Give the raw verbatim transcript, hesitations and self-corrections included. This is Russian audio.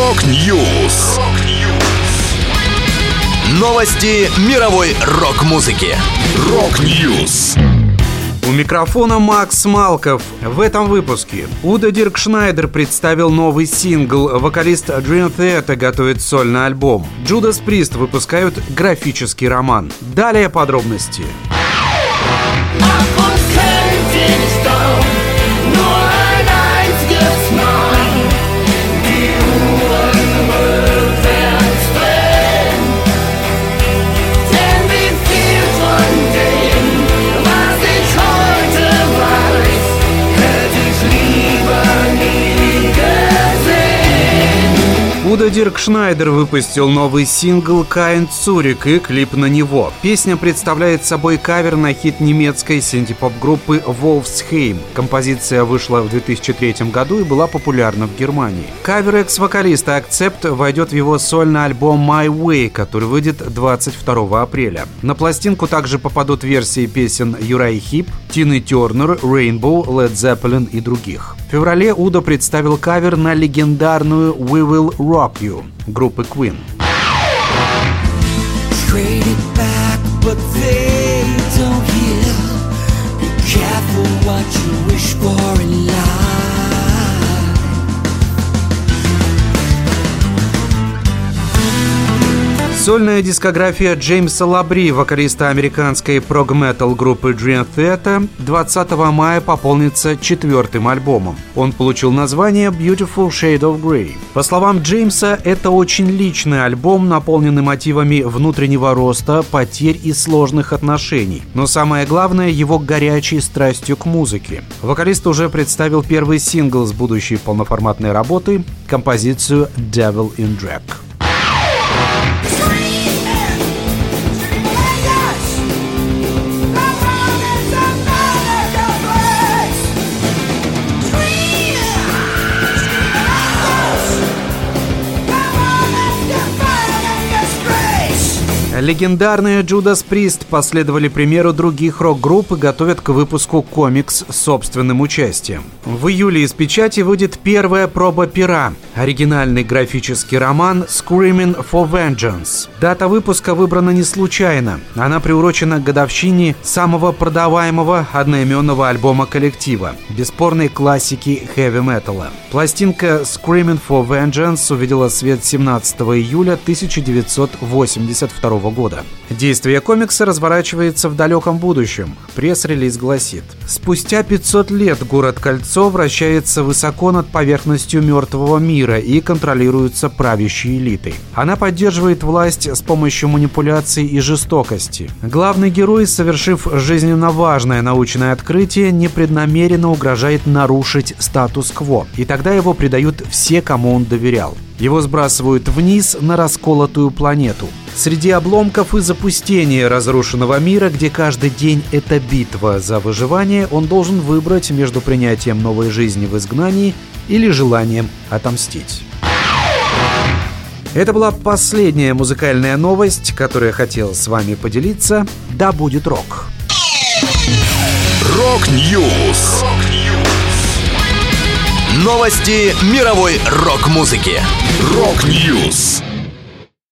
Рок-Ньюс. Новости мировой рок-музыки. Рок-Ньюс. У микрофона Макс Малков. В этом выпуске Удо Диркшнайдер представил новый сингл. Вокалист Dream Theater готовит сольный альбом. Judas Priest выпускают графический роман. Далее подробности. Удо Диркшнайдер выпустил новый сингл «Kein Zurück» и клип на него. Песня представляет собой кавер на хит немецкой синти-поп-группы Wolfsheim. Композиция вышла в две тысячи третьем году и была популярна в Германии. Кавер экс-вокалиста Accept войдет в его сольный альбом My Way, который выйдет двадцать второго апреля. На пластинку также попадут версии песен Юрай Хип, Тины Тернер, Rainbow, Led Zeppelin и других. В феврале Удо представил кавер на легендарную We Will Rock You группы Queen. Сольная дискография Джеймса Лабри, вокалиста американской прог-метал группы Dream Theater, двадцатого мая пополнится четвертым альбомом. Он получил название Beautiful Shade of Grey. По словам Джеймса, это очень личный альбом, наполненный мотивами внутреннего роста, потерь и сложных отношений. Но самое главное — его горячей страстью к музыке. Вокалист уже представил первый сингл с будущей полноформатной работы — композицию Devil in Drag. Легендарные Judas Priest последовали примеру других рок-групп и готовят к выпуску комикс с собственным участием. В июле из печати выйдет первая проба пера — оригинальный графический роман Screaming for Vengeance. Дата выпуска выбрана не случайно. Она приурочена к годовщине самого продаваемого одноименного альбома коллектива — бесспорной классики хэви-металла. Пластинка Screaming for Vengeance увидела свет семнадцатого июля тысяча девятьсот восемьдесят второго года. Действие комикса разворачивается в далеком будущем. Пресс-релиз гласит: спустя пятьсот лет город Кольцо вращается высоко над поверхностью мертвого мира и контролируется правящей элитой. Она поддерживает власть с помощью манипуляций и жестокости. Главный герой, совершив жизненно важное научное открытие, непреднамеренно угрожает нарушить статус-кво, и тогда его предают все, кому он доверял. Его сбрасывают вниз на расколотую планету. Среди обломков и запустения разрушенного мира, где каждый день — это битва за выживание, он должен выбрать между принятием новой жизни в изгнании или желанием отомстить. Это была последняя музыкальная новость, которую я хотел с вами поделиться. Да будет рок! Рок-Ньюс. Новости мировой рок-музыки. Рок-Ньюс.